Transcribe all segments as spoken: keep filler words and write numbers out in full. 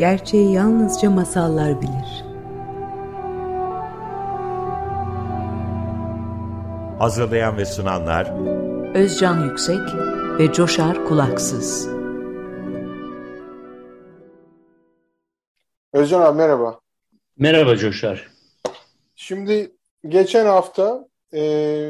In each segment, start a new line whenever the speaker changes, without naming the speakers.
Gerçeği yalnızca masallar bilir.
Hazırlayan ve sunanlar
Özcan Yüksek ve Coşar Kulaksız.
Özcan abi merhaba.
Merhaba Coşar.
Şimdi geçen hafta e,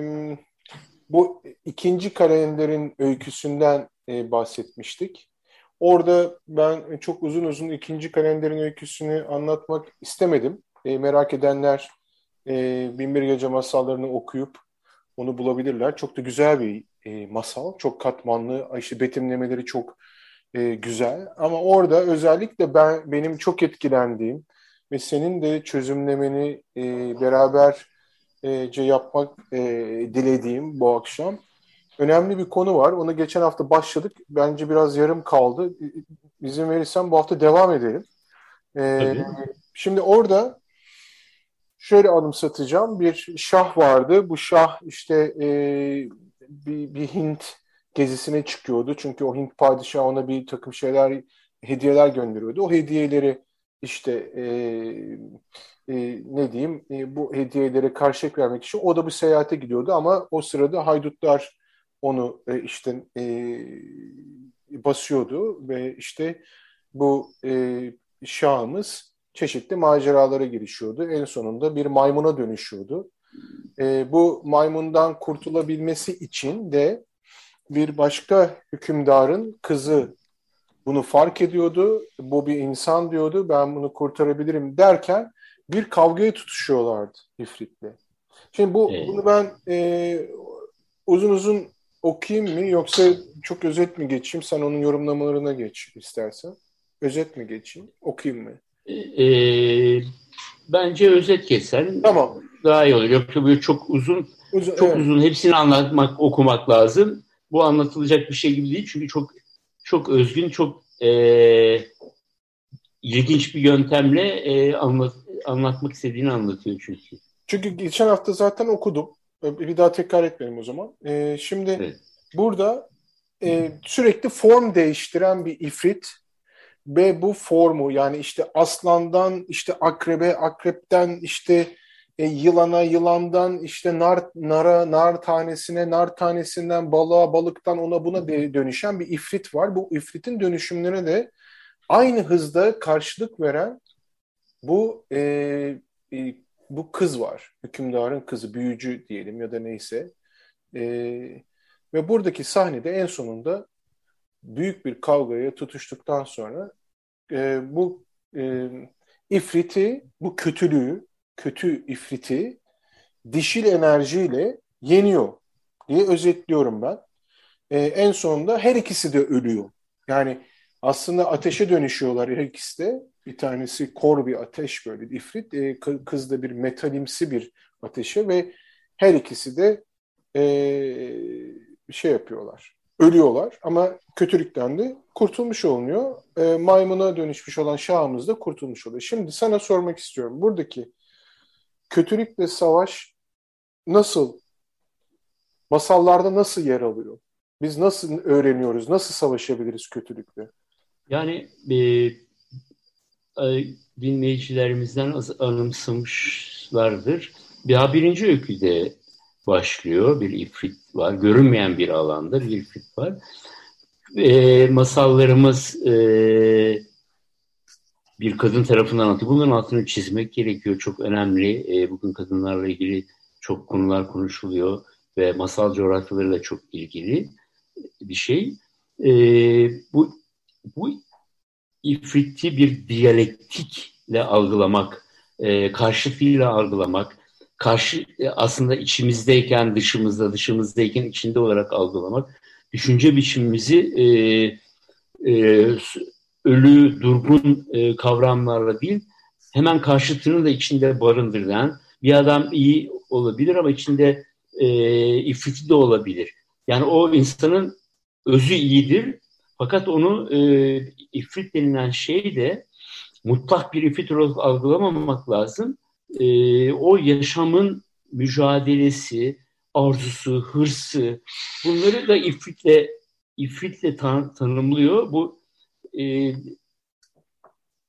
bu ikinci kalenderin öyküsünden e, bahsetmiştik. Orada ben çok uzun uzun ikinci kalenderin öyküsünü anlatmak istemedim. E, merak edenler e, Binbir Gece masallarını okuyup onu bulabilirler. Çok da güzel bir e, masal. Çok katmanlı, işte betimlemeleri çok e, güzel. Ama orada özellikle ben benim çok etkilendiğim ve senin de çözümlemeni e, beraberce yapmak e, dilediğim bu akşam önemli bir konu var. Onu geçen hafta başladık. Bence biraz yarım kaldı. İzin verirsen bu hafta devam edelim. E, şimdi orada şöyle anımsatacağım. Bir şah vardı. Bu şah işte e, bir, bir Hint gezisine çıkıyordu. Çünkü o Hint padişahı ona bir takım şeyler, hediyeler gönderiyordu. O hediyeleri işte e, e, ne diyeyim e, bu hediyelere karşılık vermek için o da bir seyahate gidiyordu. Ama o sırada haydutlar onu e, işte e, basıyordu ve işte bu e, şahımız çeşitli maceralara girişiyordu. En sonunda bir maymuna dönüşüyordu. E, bu maymundan kurtulabilmesi için de bir başka hükümdarın kızı bunu fark ediyordu. Bu bir insan diyordu. Ben bunu kurtarabilirim derken bir kavgaya tutuşuyorlardı ifritle. Şimdi bu evet. bunu ben e, uzun uzun okuyayım mı yoksa çok özet mi geçeyim? Sen onun yorumlamalarına geç istersen. Özet mi geçeyim? Okuyayım mı?
E, bence özet geçsen
tamam.
Daha iyi olur. Yoksa böyle çok uzun, uzun çok evet. uzun hepsini anlatmak, okumak lazım. Bu anlatılacak bir şey gibi değil çünkü çok çok özgün, çok e, ilginç bir yöntemle e, anlat, anlatmak istediğini anlatıyor çünkü.
Çünkü geçen hafta zaten okudum. Bir daha tekrar etmeyelim o zaman. E, şimdi evet. burada e, sürekli form değiştiren bir ifrit ve bu formu yani işte aslandan işte akrebe, akrepten işte e, yılana, yılandan işte nar, nara, nar tanesine, nar tanesinden balığa, balıktan ona buna dönüşen bir ifrit var. Bu ifritin dönüşümlerine de aynı hızda karşılık veren bu e, e, bu kız var. Hükümdarın kızı, büyücü diyelim ya da neyse. E, ve buradaki sahnede en sonunda büyük bir kavgaya tutuştuktan sonra e, bu e, ifriti, bu kötülüğü, kötü ifriti dişil enerjiyle yeniyor diye özetliyorum ben. E, en sonunda her ikisi de ölüyor. Yani aslında ateşe dönüşüyorlar her ikisi de. Bir tanesi kor bir ateş böyle ifrit, e, kız da bir metalimsi bir ateşe ve her ikisi de e, şey yapıyorlar. Ölüyorlar ama kötülükten de kurtulmuş olunuyor. E, maymuna dönüşmüş olan şahımız da kurtulmuş oluyor. Şimdi sana sormak istiyorum. Buradaki kötülükle savaş nasıl, masallarda nasıl yer alıyor? Biz nasıl öğreniyoruz? Nasıl savaşabiliriz kötülükle?
Yani e, e, dinleyicilerimizden anımsamışlardır. Daha birinci öyküde başlıyor. Bir ifrit var. Görünmeyen bir alanda bir ifrit var. E, masallarımız e, bir kadın tarafından anlatıyor. Bunların altını çizmek gerekiyor. Çok önemli. E, bugün kadınlarla ilgili çok konular konuşuluyor ve masal coğrafyalarıyla çok ilgili bir şey. E, bu bu ifriti bir diyalektikle algılamak, e, karşıtıyla algılamak, karşı aslında içimizdeyken dışımızda, dışımızdayken içinde olarak algılamak, düşünce biçimimizi e, e, ölü, durgun e, kavramlarla değil, hemen karşıtını da içinde barındıran, bir adam iyi olabilir ama içinde e, ifriti de olabilir. Yani o insanın özü iyidir, fakat onu e, ifrit denilen şey de mutlak bir ifrit olarak algılamamak lazım. E, o yaşamın mücadelesi, arzusu, hırsı, bunları da ifritle ifritle tan- tanımlıyor. Bu e,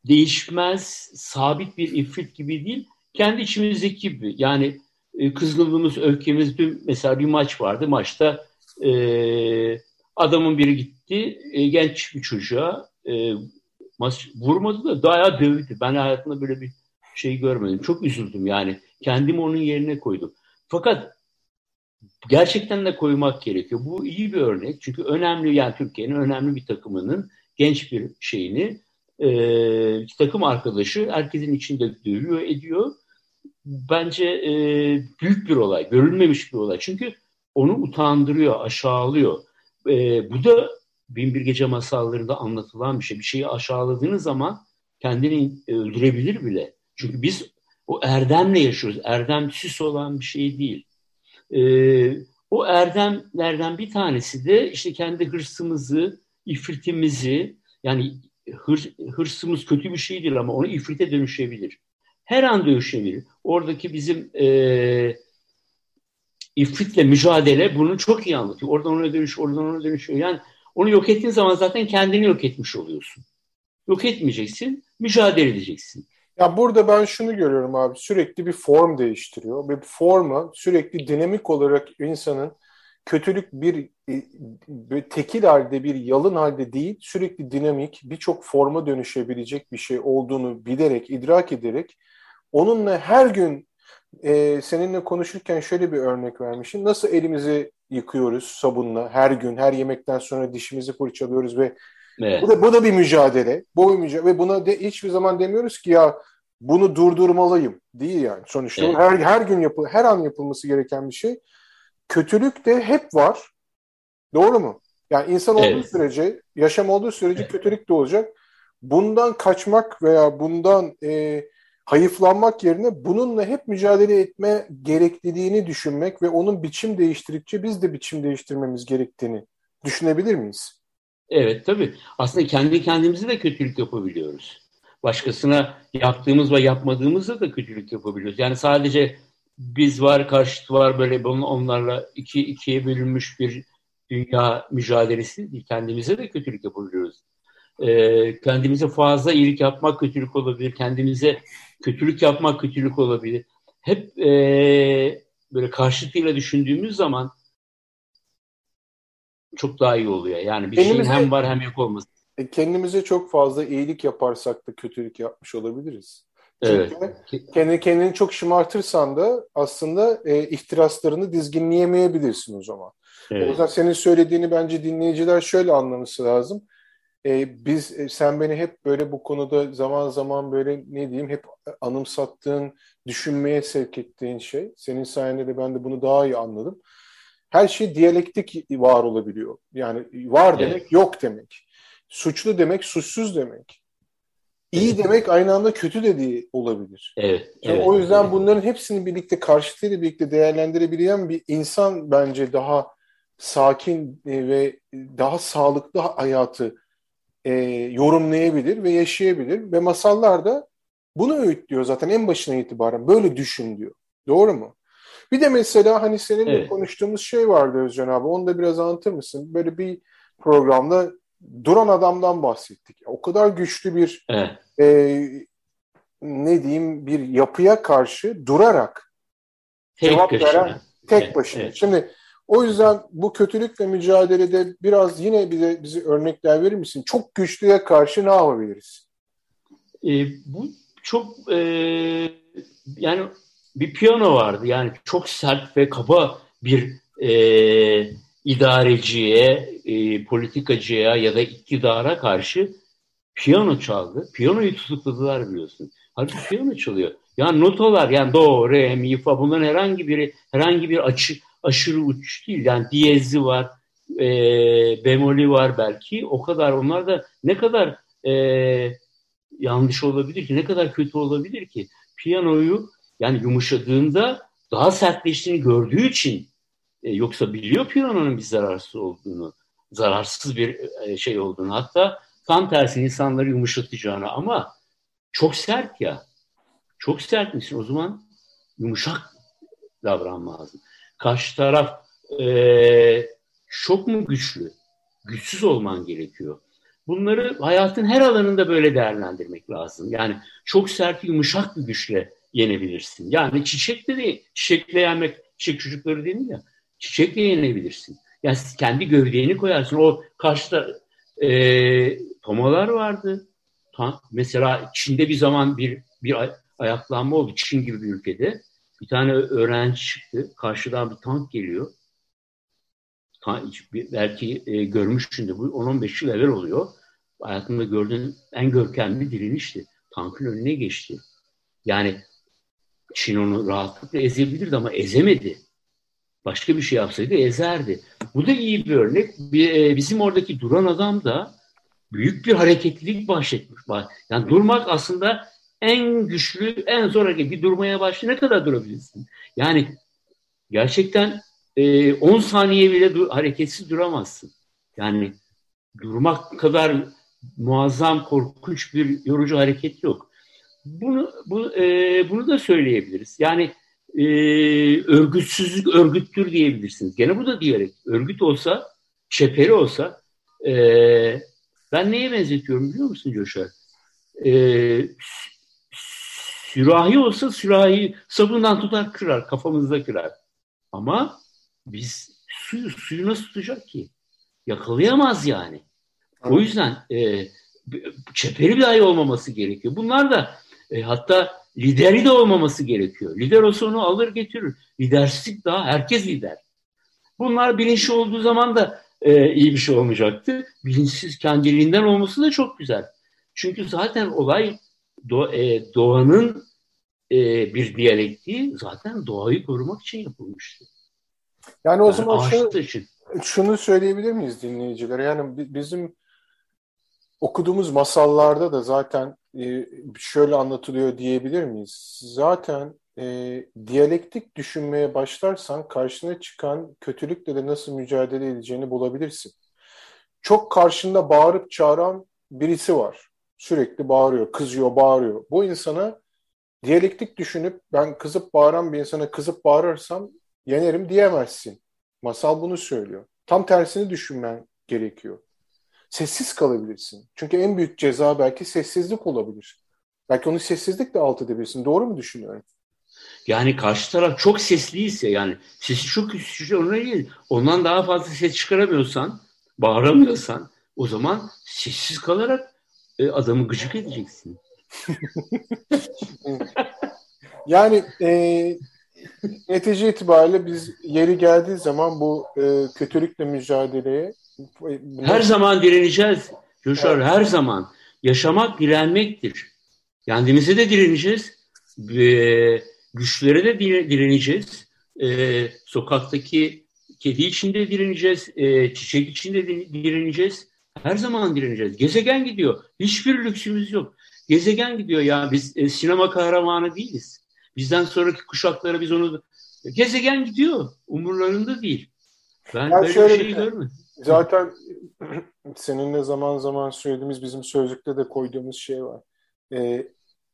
değişmez, sabit bir ifrit gibi değil, kendi içimizdeki gibi. Yani e, kızgınlığımız, öfkemiz, dün mesela bir maç vardı. Maçta e, adamın biri gitti, e, genç bir çocuğa e, maç vurmadı da dayağı dövdü. Ben hayatımda böyle bir şey görmedim. Çok üzüldüm yani. Kendimi onun yerine koydum. Fakat gerçekten de koymak gerekiyor. Bu iyi bir örnek. Çünkü önemli, yani Türkiye'nin önemli bir takımının genç bir şeyini e, takım arkadaşı herkesin içinde dövüyor, ediyor. Bence e, büyük bir olay, görülmemiş bir olay. Çünkü onu utandırıyor, aşağılıyor. E, bu da Bin Bir Gece masallarında anlatılan bir şey. Bir şeyi aşağıladığınız zaman kendini öldürebilir bile. Çünkü biz o erdemle yaşıyoruz. Erdem süs olan bir şey değil. Ee, o erdemlerden bir tanesi de işte kendi hırsımızı, ifritimizi, yani hır, hırsımız kötü bir şeydir ama onu ifrite dönüşebilir. Her an dönüşebilir. Oradaki bizim e, ifritle mücadele bunu çok iyi anlatıyor. Oradan ona dönüş, oradan ona dönüşüyor. Yani onu yok ettiğin zaman zaten kendini yok etmiş oluyorsun. Yok etmeyeceksin, mücadele edeceksin.
Ya burada ben şunu görüyorum abi, sürekli bir form değiştiriyor ve bu forma sürekli dinamik olarak insanın kötülük bir, bir tekil halde, bir yalın halde değil, sürekli dinamik birçok forma dönüşebilecek bir şey olduğunu bilerek, idrak ederek onunla her gün e, seninle konuşurken şöyle bir örnek vermişim. Nasıl elimizi yıkıyoruz sabunla her gün, her yemekten sonra dişimizi fırçalıyoruz ve
evet.
bu da, bu da bir mücadele. Bu bir mücadele ve buna de, hiçbir zaman demiyoruz ki ya bunu durdurmalıyım. Değil yani. Sonuçta evet. her her gün yapı, her an yapılması gereken bir şey. Kötülük de hep var. Doğru mu? Yani insan olduğu evet. sürece, yaşam olduğu sürece evet. kötülük de olacak. Bundan kaçmak veya bundan e, hayıflanmak yerine bununla hep mücadele etme gerekliliğini düşünmek ve onun biçim değiştirdikçe biz de biçim değiştirmemiz gerektiğini düşünebilir miyiz?
Evet, tabii. Aslında kendi kendimize de kötülük yapabiliyoruz. Başkasına yaptığımız ve yapmadığımızda da kötülük yapabiliyoruz. Yani sadece biz var, karşıt var, böyle onlarla iki, ikiye bölünmüş bir dünya mücadelesi değil. Kendimize de kötülük yapabiliyoruz. Ee, kendimize fazla iyilik yapmak kötülük olabilir. Kendimize kötülük yapmak kötülük olabilir. Hep e, böyle karşıtıyla düşündüğümüz zaman çok daha iyi oluyor. Yani bir kendimize, şeyin hem var hem yok olması.
Kendimize çok fazla iyilik yaparsak da kötülük yapmış olabiliriz. Çünkü evet. kendini, kendini çok şımartırsan da aslında e, ihtiraslarını dizginleyemeyebilirsin o zaman. Evet. O yüzden senin söylediğini bence dinleyiciler şöyle anlaması lazım. E, biz e, sen beni hep böyle bu konuda zaman zaman böyle ne diyeyim hep anımsattığın, düşünmeye sevk ettiğin şey. Senin sayende de ben de bunu daha iyi anladım. Her şey diyalektik var olabiliyor. Yani var demek evet. yok demek. Suçlu demek suçsuz demek. İyi evet. demek aynı anda kötü dediği olabilir.
Evet, evet,
o yüzden
evet.
bunların hepsini birlikte karşıtıyla birlikte değerlendirebilen bir insan bence daha sakin ve daha sağlıklı hayatı e, yorumlayabilir ve yaşayabilir. Ve masallar da bunu öğütlüyor zaten en başına itibaren. Böyle düşün diyor. Doğru mu? Bir de mesela hani seninle evet. konuştuğumuz şey vardı Özcan abi. Onu da biraz anlatır mısın? Böyle bir programda duran adamdan bahsettik. O kadar güçlü bir evet. e, ne diyeyim bir yapıya karşı durarak
tek
cevap
başına.
veren tek
evet,
başına.
Evet.
Şimdi o yüzden bu kötülükle mücadelede biraz yine bize bize örnekler verir misin? Çok güçlüye karşı ne yapabiliriz?
E, bu çok e, yani bir piyano vardı. Yani çok sert ve kaba bir e, idareciye, e, politikacıya ya da iktidara karşı piyano çaldı. Piyanoyu tutukladılar biliyorsun. Halbuki piyano çalıyor. Yani notalar yani do, re, mi, fa bunların herhangi biri herhangi bir açı, aşırı uç değil. Yani diyezi var, e, bemoli var belki. O kadar onlar da ne kadar e, yanlış olabilir ki, ne kadar kötü olabilir ki? Piyanoyu yani yumuşadığında daha sertleştiğini gördüğü için e, yoksa biliyor piyanonun bir zararsız olduğunu, zararsız bir e, şey olduğunu. Hatta tam tersi insanları yumuşatacağını ama çok sert ya. Çok sert misin? O zaman yumuşak davranman lazım. Karşı taraf e, çok mu güçlü? Güçsüz olman gerekiyor. Bunları hayatın her alanında böyle değerlendirmek lazım. Yani çok sert, yumuşak bir güçle yenebilirsin. Yani çiçekle de, çiçekle yenmek, çiçek çocukları değil ya, çiçekle yenebilirsin. Yani kendi gövdeni koyarsın. O karşıda e, tomalar vardı. Tank, mesela Çin'de bir zaman bir, bir ay, ayaklanma oldu. Çin gibi bir ülkede. Bir tane öğrenci çıktı. Karşıdan bir tank geliyor. Tank, belki e, görmüşsündür. Bu on on beş yıl evvel oluyor. Hayatımda gördüğüm en görkemli direnişti. Tankın önüne geçti. Yani Çin onu rahatlıkla ezebilirdi ama ezemedi. Başka bir şey yapsaydı ezerdi. Bu da iyi bir örnek. Bizim oradaki duran adam da büyük bir hareketlilik bahşetmiş. Yani durmak aslında en güçlü, en zor hareket. Bir durmaya başla, ne kadar durabilirsin? Yani gerçekten on saniye bile dur, hareketsiz duramazsın. Yani durmak kadar muazzam, korkunç bir yorucu hareket yok. Bunu bu, e, bunu da söyleyebiliriz. Yani e, örgütsüzlük örgüttür diyebilirsiniz. Gene bu da diyerek. Örgüt olsa, çeperi olsa e, ben neye benzetiyorum biliyor musun Coşar? E, sürahi olsa sürahi sabundan tutar kırar, kafamızda kırar. Ama biz suyu, suyu nasıl tutacak ki? Yakalayamaz yani. O yüzden e, çeperi dahi olmaması gerekiyor. Bunlar da e, hatta lideri de olmaması gerekiyor. Lider olsa onu alır getirir. Lidersizlik daha, herkes lider. Bunlar bilinçli olduğu zaman da e, iyi bir şey olmayacaktı. Bilinçsiz kendiliğinden olması da çok güzel. Çünkü zaten olay do, e, doğanın e, bir diyalektiği, zaten doğayı korumak için yapılmıştı.
Yani o yani zaman şunu,
için.
şunu söyleyebilir miyiz dinleyicilere? Yani bizim okuduğumuz masallarda da zaten e, şöyle anlatılıyor diyebilir miyiz? Zaten e, diyalektik düşünmeye başlarsan karşına çıkan kötülükle de nasıl mücadele edeceğini bulabilirsin. Çok karşında bağırıp çağıran birisi var. Sürekli bağırıyor, kızıyor, bağırıyor. Bu insana diyalektik düşünüp ben kızıp bağıran bir insana kızıp bağırırsam yenerim diyemezsin. Masal bunu söylüyor. Tam tersini düşünmen gerekiyor. Sessiz kalabilirsin. Çünkü en büyük ceza belki sessizlik olabilir. Belki onu sessizlikle alt edebilirsin. Doğru mu düşünüyorum?
Yani karşı taraf çok sesliyse, yani sesi çok güçlü, ona değil. Ondan daha fazla ses çıkaramıyorsan, bağıramıyorsan, o zaman sessiz kalarak e, adamı gıcık edeceksin.
Yani e, netice itibariyle biz yeri geldiği zaman bu e, kötülükle mücadeleye
her zaman direneceğiz. Coşar, evet. Her zaman. Yaşamak direnmektir. Kendimize de direneceğiz. Ee, güçlere de direneceğiz. Ee, sokaktaki kedi için de direneceğiz. Ee, çiçek için de direneceğiz. Her zaman direneceğiz. Gezegen gidiyor. Hiçbir lüksümüz yok. Gezegen gidiyor ya. Biz e, sinema kahramanı değiliz. Bizden sonraki kuşaklara biz onu... Gezegen gidiyor. Umurlarında değil. Ben yani böyle bir şey görmedim.
Zaten seninle zaman zaman söylediğimiz, bizim sözlükte de koyduğumuz şey var. Ee,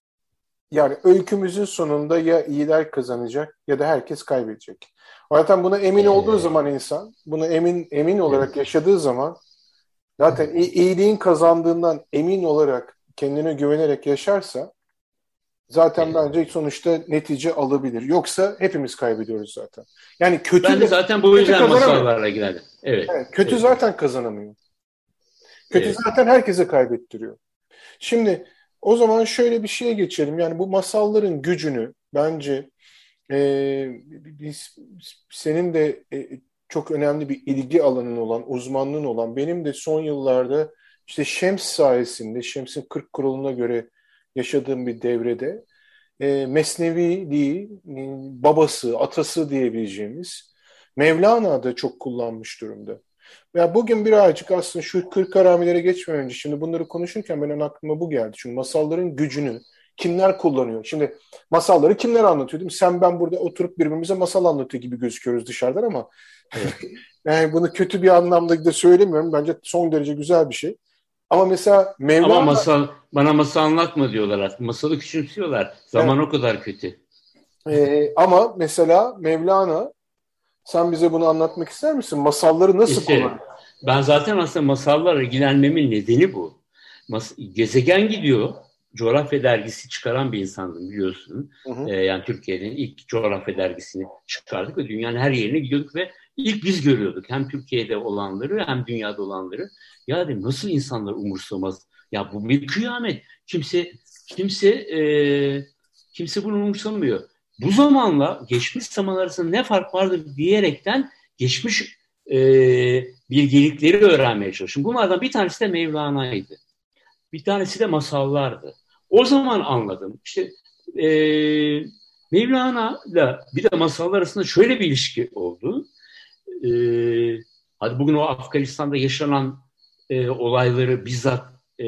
yani öykümüzün sonunda ya iyiler kazanacak ya da herkes kaybedecek. Zaten buna emin ee, olduğu zaman insan, buna emin emin olarak evet. yaşadığı zaman zaten iyiliğin kazandığından emin olarak, kendine güvenerek yaşarsa zaten evet. bence sonuçta netice alabilir. Yoksa hepimiz kaybediyoruz zaten. Yani kötü
ben de zaten bu yüzden masallarla girdim. Evet.
evet. Kötü
evet.
zaten kazanamıyor. Kötü evet. zaten herkese kaybettiriyor. Şimdi o zaman şöyle bir şeye geçelim. Yani bu masalların gücünü bence e, biz, senin de e, çok önemli bir ilgi alanın olan, uzmanlığın olan, benim de son yıllarda işte Şems sayesinde, Şems'in kırk kuralına göre yaşadığım bir devrede e, Mesneviliği e, babası, atası diyebileceğimiz Mevlana da çok kullanmış durumda. Ya bugün birazcık aslında şu kırk haramelere geçmeden önce şimdi bunları konuşurken benim aklıma bu geldi. Çünkü masalların gücünü kimler kullanıyor? Şimdi masalları kimler anlatıyor değil mi? Sen ben burada oturup birbirimize masal anlatıyor gibi gözüküyoruz dışarıdan ama evet. yani bunu kötü bir anlamda da söylemiyorum. Bence son derece güzel bir şey. Ama mesela Mevlana...
Ama masal, bana masal anlatma diyorlar artık. Masalı küçümsüyorlar. Zaman evet. o kadar kötü.
Ee, ama mesela Mevlana, sen bize bunu anlatmak ister misin? Masalları nasıl kullanıyor?
ben zaten aslında masallarla ilgilenmemin nedeni bu. Mas- Gezegen gidiyor. Coğrafya dergisi çıkaran bir insandım biliyorsun.
Hı hı.
Ee, yani Türkiye'nin ilk coğrafya dergisini çıkardık ve dünyanın her yerine gidiyorduk ve ilk biz görüyorduk. Hem Türkiye'de olanları hem dünyada olanları. Ya dedim nasıl insanlar umursamaz? Ya bu bir kıyamet. Kimse kimse e, kimse bunu umursamıyor. Bu zamanla geçmiş zaman arasında ne fark vardır diyerekten geçmiş e, bilgelikleri öğrenmeye çalıştım. Bunlardan bir tanesi de Mevlana'ydı. Bir tanesi de masallardı. O zaman anladım. İşte e, Mevlana'yla bir de masallar arasında şöyle bir ilişki oldu. E, hadi bugün o Afganistan'da yaşanan e, olayları bizzat e,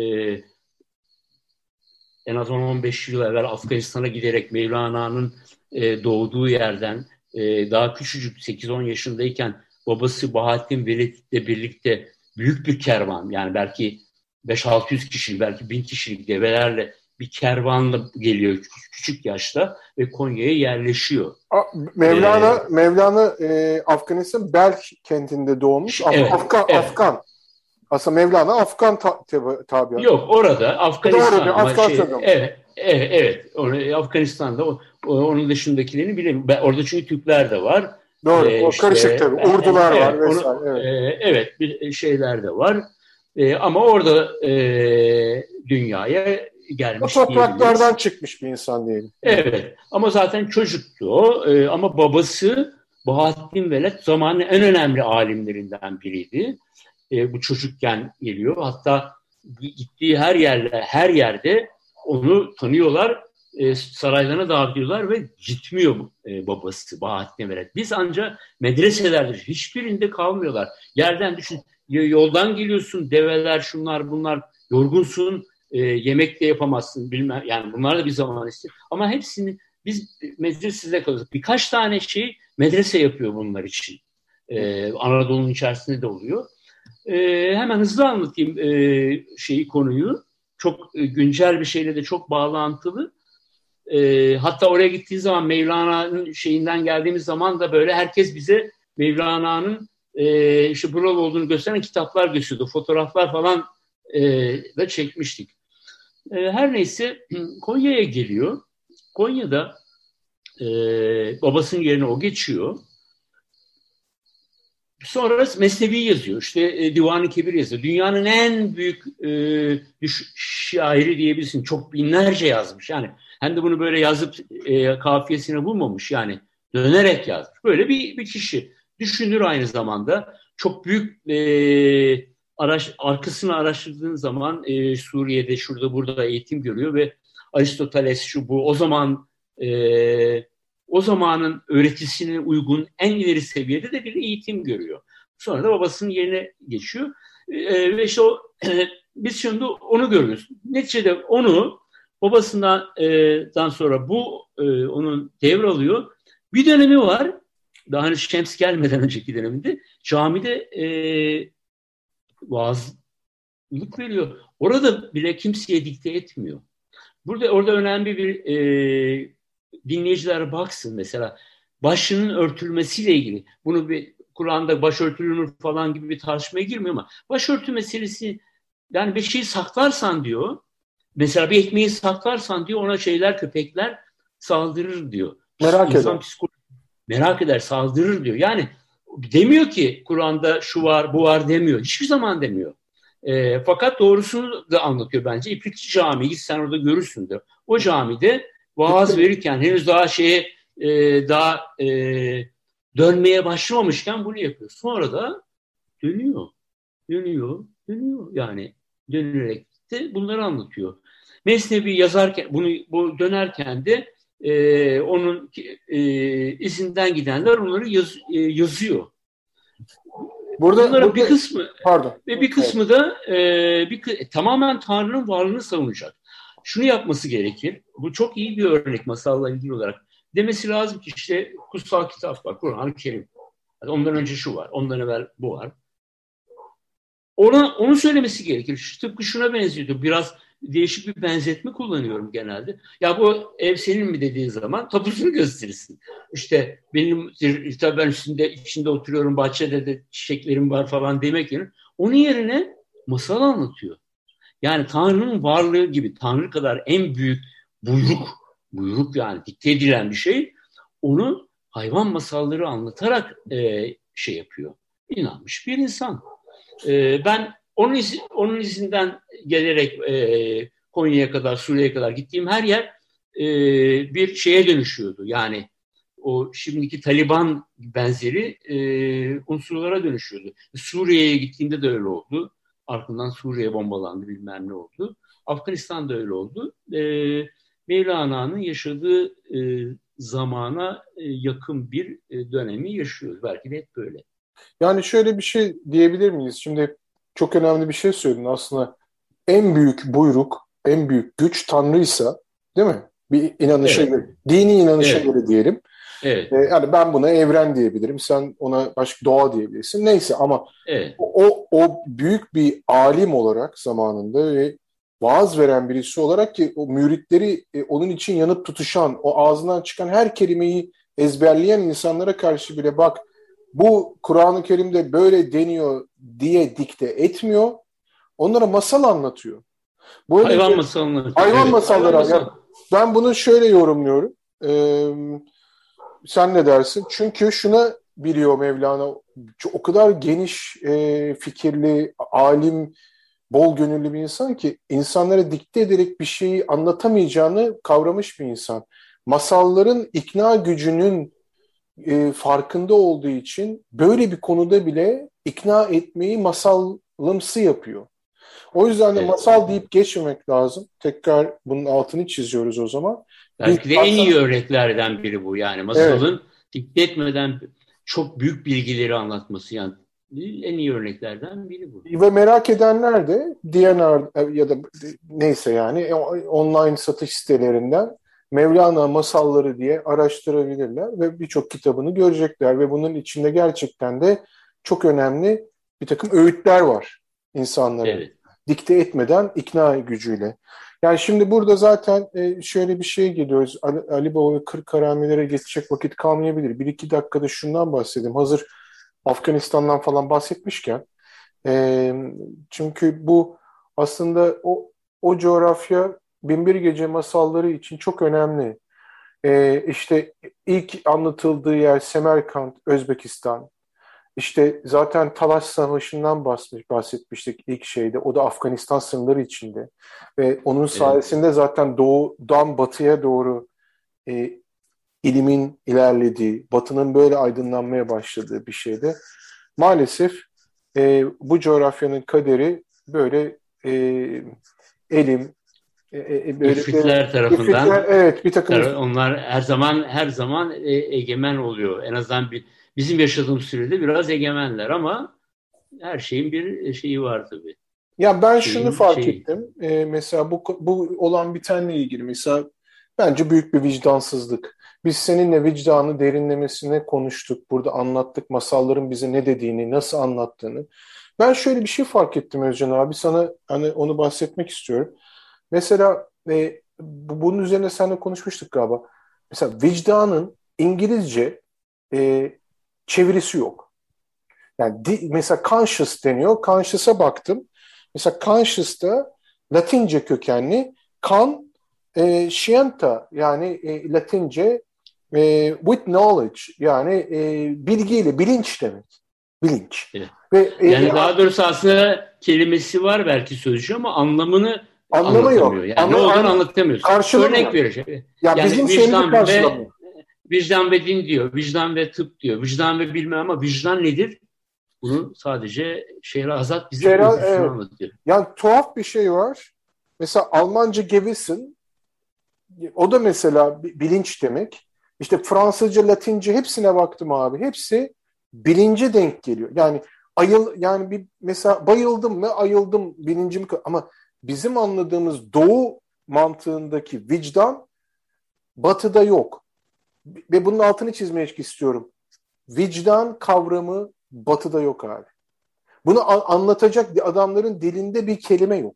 en az on on beş yıl evvel Afganistan'a giderek Mevlana'nın e, doğduğu yerden e, daha küçücük sekiz on yaşındayken babası Bahattin Velid'le birlikte büyük bir kervan, yani belki beş altı yüz kişilik, belki bin kişilik develerle bir kervanla geliyor küçük yaşta ve Konya'ya yerleşiyor.
Mevlana
ee,
Mevlana e, Afganistan Belk kentinde doğmuş. Af-
evet,
Afgan,
evet.
Afgan. Aslında Mevlana Afgan ta- tabi.
Yok, orada Afganistan.
Doğru,
ama
Afgan
şey,
çocuğu.
evet, evet, evet. Onu, Afganistan'da o, onun dışındakilerini bilemiyorum. Ben, orada çünkü Türkler de var.
Doğru.
Ee,
o
işte,
karışık tabii. Urdular
evet,
var vesaire.
Onu,
evet.
E, evet, bir şeyler de var. E, ama orada e, dünyaya gelmiş
O topraklardan
diyebiliriz.
çıkmış bir insan diyelim.
Evet. Ama zaten çocuktu o. E, ama babası Bahattin Veled zamanın en önemli alimlerinden biriydi. E, bu çocukken geliyor. Hatta gittiği her yerle her yerde onu tanıyorlar. E, saraylarına davet ediyorlar ve gitmiyor e, babası Bahattin Veled. Biz ancak medreselerde hiçbirinde kalmıyorlar. Yerden düşün, yoldan geliyorsun, develer, şunlar bunlar, yorgunsun, e, yemek de yapamazsın bilmem. Yani bunlar da bir zaman istiyor. Ama hepsini biz medresede kalıyoruz. Birkaç tane şey medrese yapıyor bunlar için. E, Anadolu'nun içerisinde de oluyor. E, hemen hızlı anlatayım e, şeyi konuyu. Çok e, güncel bir şeyle de çok bağlantılı. E, hatta oraya gittiği zaman Mevlana'nın şeyinden geldiğimiz zaman da böyle herkes bize Mevlana'nın e, işte buralı olduğunu gösteren kitaplar gösteriyordu. Fotoğraflar falan e, da çekmiştik. E, her neyse Konya'ya geliyor. Konya'da e, babasının yerine o geçiyor. Sonra Mesnevi yazıyor. İşte e, Divan-ı Kebir yazıyor. Dünyanın en büyük e, düş, şairi diyebilirsin. Çok binlerce yazmış. Yani hem de bunu böyle yazıp e, kafiyesine bulmamış. Yani dönerek yazmış. Böyle bir, bir kişi. Düşünür aynı zamanda. Çok büyük e, araş, arkasını araştırdığın zaman e, Suriye'de şurada burada eğitim görüyor ve Aristoteles şu bu o zaman e, o zamanın öğretisine uygun en ileri seviyede de bir eğitim görüyor. Sonra da babasının yerine geçiyor. E, ve işte o, e, biz şimdi onu görüyoruz. Neticede onu babasından e, sonra bu e, onun devralıyor. Bir dönemi var. Daha hani Şems gelmeden önceki döneminde camide e, vaazlık veriyor. Orada bile kimseye dikte etmiyor. Burada orada önemli bir e, dinleyiciler baksın mesela başının örtülmesiyle ilgili. Bunu bir Kur'an'da başörtülünür falan gibi bir tartışmaya girmiyor ama başörtü meselesi, yani bir şeyi saklarsan diyor, mesela bir ekmeği saklarsan diyor, ona şeyler, köpekler saldırır diyor.
Merak
İnsan
eder.
psikolojisi merak eder, saldırır diyor. Yani demiyor ki Kur'an'da şu var, bu var demiyor. Hiçbir zaman demiyor. E, fakat doğrusunu da anlatıyor bence. İplikçi Camii, git sen orada görürsün diyor. O camide vaaz verirken henüz daha şeye e, daha e, dönmeye başlamamışken bunu yapıyor. Sonra da dönüyor, dönüyor, dönüyor. Yani dönerek de bunları anlatıyor. Mesnevi yazarken, bunu bu dönerken de e, onun e, izinden gidenler onları yaz, e, yazıyor.
Burada,
Bunların
burada
bir kısmı
pardon.
ve bir kısmı da e, bir tamamen Tanrı'nın varlığını savunacak. Şunu yapması gerekir. Bu çok iyi bir örnek masalla ilgili olarak. Demesi lazım ki işte kutsal kitap var, Kur'an-ı Kerim. Yani ondan önce şu var, ondan evvel bu var. Ona, onu söylemesi gerekir. Tıpkı şuna benziyordu. Biraz değişik bir benzetme kullanıyorum genelde. Ya bu ev senin mi dediğin zaman tapusunu gösterirsin. İşte benim tabii ben üstünde, içinde oturuyorum, bahçede de çiçeklerim var falan demek yerine onun yerine masal anlatıyor. Yani Tanrı'nın varlığı gibi, Tanrı kadar en büyük buyruk, buyruk yani dikte edilen bir şey, onu hayvan masalları anlatarak e, şey yapıyor. İnanmış bir insan. E, ben onun, iz, onun izinden gelerek e, Konya'ya kadar, Suriye'ye kadar gittiğim her yer e, bir şeye dönüşüyordu. Yani o şimdiki Taliban benzeri e, unsurlara dönüşüyordu. Suriye'ye gittiğimde de öyle oldu. Ardından Suriye bombalandı, bilmem ne oldu. Afganistan'da öyle oldu. E, Mevlana'nın yaşadığı e, zamana e, yakın bir e, dönemi yaşıyoruz. Belki de hep böyle.
Yani şöyle bir şey diyebilir miyiz? Şimdi çok önemli bir şey söyledin aslında. En büyük buyruk, en büyük güç Tanrıysa, değil mi? Bir inanışa
Evet.
göre, dini inanışa
Evet.
göre diyelim.
Evet.
Ee, yani ben buna evren diyebilirim, sen ona başka doğa diyebilirsin. Neyse ama
Evet.
o, o büyük bir alim olarak zamanında ve vaaz veren birisi olarak ki o müritleri e, onun için yanıp tutuşan, o ağzından çıkan her kelimeyi ezberleyen insanlara karşı bile bak bu Kur'an-ı Kerim'de böyle deniyor diye dikte etmiyor. Onlara masal anlatıyor. Böyle
hayvan
bir,
masalları.
hayvan
Evet,
masalları.
hayvan masal.
Yani ben bunu şöyle yorumluyorum. Ee, sen ne dersin? Çünkü şuna biliyor Mevlana, o kadar geniş e, fikirli, alim, bol gönüllü bir insan ki insanlara dikte ederek bir şeyi anlatamayacağını kavramış bir insan. Masalların ikna gücünün e, farkında olduğu için böyle bir konuda bile ikna etmeyi masalımsı yapıyor. O yüzden de
Evet.
masal deyip geçmemek lazım. Tekrar bunun altını çiziyoruz o zaman. Biz
Belki de
masal...
en iyi örneklerden biri bu. Yani masalın
Evet.
dikte etmeden çok büyük bilgileri anlatması, yani en iyi örneklerden biri bu.
Ve merak edenler de D N R ya da neyse yani online satış sitelerinden Mevlana masalları diye araştırabilirler ve birçok kitabını görecekler ve bunun içinde gerçekten de çok önemli bir takım öğütler var insanlara.
Evet.
Dikte etmeden ikna gücüyle. Yani şimdi burada zaten şöyle bir şey geliyoruz. Ali, Ali Baba ve Kırk Haramelere geçecek vakit kalmayabilir. Bir iki dakikada şundan bahsedeyim. Hazır Afganistan'dan falan bahsetmişken. E, çünkü bu aslında o, o coğrafya Binbir Gece masalları için çok önemli. E, işte ilk anlatıldığı yer Semerkant, Özbekistan. İşte zaten Talas Savaşı'ndan bahsetmiştik ilk şeyde. O da Afganistan sınırları içinde. Ve onun sayesinde evet. zaten doğudan batıya doğru e, ilimin ilerlediği, batının böyle aydınlanmaya başladığı bir şeyde. Maalesef e, bu coğrafyanın kaderi böyle e, elim, e, böyle
İfritler tarafından.
İfritler, evet, bir takım
tar- onlar her zaman her zaman e, egemen oluyor. En azından bir, bizim yaşadığımız sürede biraz egemenler ama her şeyin bir şeyi var tabii.
Ya ben
şeyin,
şunu fark
şeyi.
ettim. E, mesela bu bu olan bitenle ilgili mesela bence büyük bir vicdansızlık. Biz seninle vicdanı derinlemesine konuştuk. Burada anlattık masalların bize ne dediğini, nasıl anlattığını. Ben şöyle bir şey fark ettim Özcan abi. Sana hani onu bahsetmek istiyorum. Mesela e, bunun üzerine seninle konuşmuştuk galiba. Mesela vicdanın İngilizce e, çevirisi yok. Yani di, mesela conscious deniyor. Conscious'a baktım. Mesela conscious'ta Latince kökenli kan e, scienta yani e, Latince e, with knowledge yani e, bilgiyle, bilinç demek. Bilinç.
Evet.
Ve, e,
yani daha doğrusu aslında kelimesi var belki sözcüğü ama anlamını
anlamı
anlatamıyor.
yok.
Yani
Anla,
ne olduğunu
anla,
anlatamıyorsun. Örnek verecek.
Ya
yani
bizim
vicdan ve vicdan ve din diyor. Vicdan ve tıp diyor. Vicdan ve bilmem ama vicdan nedir? Bunu sadece Şehrazat bize
Şehra,
ölçüsünü
evet.
anlatıyor.
Yani tuhaf bir şey var. Mesela Almanca Gewissen, o da mesela bilinç demek. İşte Fransızca, Latince hepsine baktım abi. Hepsi bilince denk geliyor. Yani ayıl yani bir mesela bayıldım mı ayıldım bilincim ama bizim anladığımız Doğu mantığındaki vicdan Batı'da yok. Ve bunun altını çizmeye istiyorum. Vicdan kavramı Batı'da yok abi. Bunu anlatacak adamların dilinde bir kelime yok.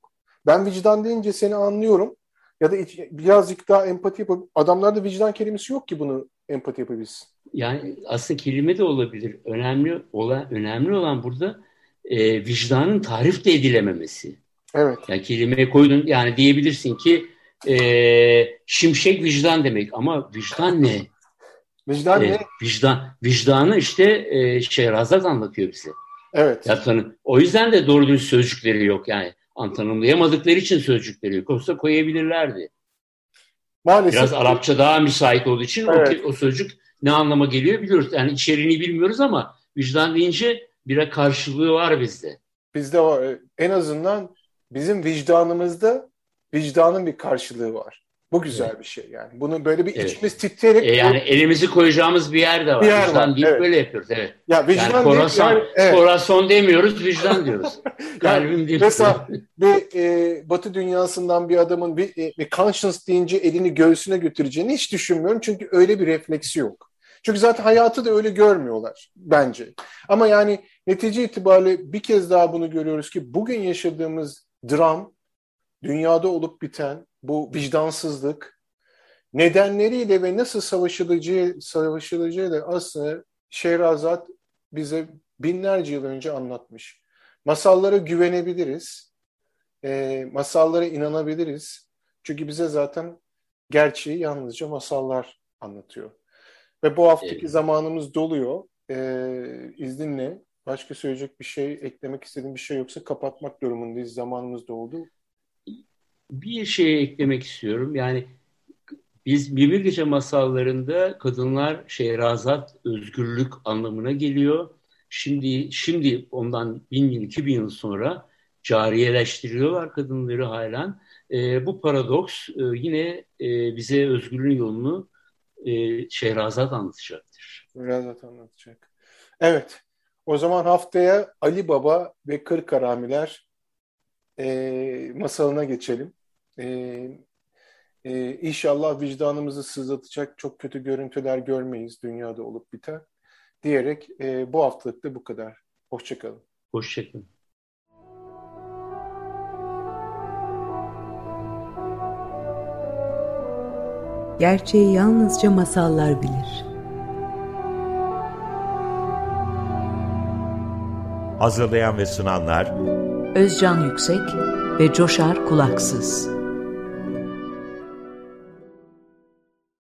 Ben vicdan deyince seni anlıyorum. Ya da iç, birazcık daha empati yapabilir. Adamlarda vicdan kelimesi yok ki bunu empati yapabilsin.
Yani aslında kelime de olabilir. Önemli olan önemli olan burada e, vicdanın tarif de edilememesi.
Evet.
Yani kelimeye koydun, yani diyebilirsin ki e, şimşek vicdan demek, ama vicdan ne?
Vicdan
e,
ne?
Vicdan, vicdanı işte e, Şehrazat anlatıyor bize.
Evet.
Ya, tanı, o yüzden de doğru dürüst sözcükleri yok yani. Tanımlayamadıkları için sözcükleri yok. Yoksa koyabilirlerdi.
Maalesef.
Biraz Arapça daha müsait olduğu için
evet.
o, o sözcük ne anlama geliyor biliyoruz. Yani içeriğini bilmiyoruz ama vicdan deyince bir karşılığı var bizde.
Bizde var. En azından bizim vicdanımızda vicdanın bir karşılığı var. Bu güzel evet. bir şey yani. Bunu böyle bir evet. içimiz titreyerek...
E yani elimizi koyacağımız bir yer de var.
Bir yer
vicdan
var.
deyip
evet.
böyle yapıyoruz. Evet.
Ya vicdan
yani korason,
yani, evet.
korason demiyoruz, vicdan diyoruz. Kalbim değil.
Mesela bir e, Batı dünyasından bir adamın bir, e, bir conscience deyince elini göğsüne götüreceğini hiç düşünmüyorum. Çünkü öyle bir refleksi yok. Çünkü zaten hayatı da öyle görmüyorlar bence. Ama yani netice itibariyle bir kez daha bunu görüyoruz ki bugün yaşadığımız dram, dünyada olup biten bu vicdansızlık nedenleriyle ve nasıl savaşılacağı, savaşılacağıyla aslında Şehrazat bize binlerce yıl önce anlatmış. Masallara güvenebiliriz, e, masallara inanabiliriz. Çünkü bize zaten gerçeği yalnızca masallar anlatıyor. Ve bu haftaki evet. zamanımız doluyor. Ee, izninle başka söyleyecek bir şey, eklemek istediğim bir şey yoksa kapatmak durumundayız. Zamanımız doldu.
Bir şey eklemek istiyorum. Yani biz Binbir Gece masallarında kadınlar Şehrazat özgürlük anlamına geliyor. Şimdi şimdi ondan bin yıl, iki bin yıl sonra cariyeleştiriyorlar kadınları halen. Ee, bu paradoks e, yine e, bize özgürlüğün yolunu Ee, Şehrazat anlatacaktır.
Şehrazat anlatacak. Evet. O zaman haftaya Ali Baba ve Kırk Haramiler e, masalına geçelim. E, e, İnşallah vicdanımızı sızlatacak çok kötü görüntüler görmeyiz dünyada olup biten. Diyerek e, bu haftalık da bu kadar. Hoşçakalın.
Hoşçakalın.
Gerçeği yalnızca masallar bilir.
Hazırlayan ve sunanlar
Özcan Yüksek ve Coşar Kulaksız.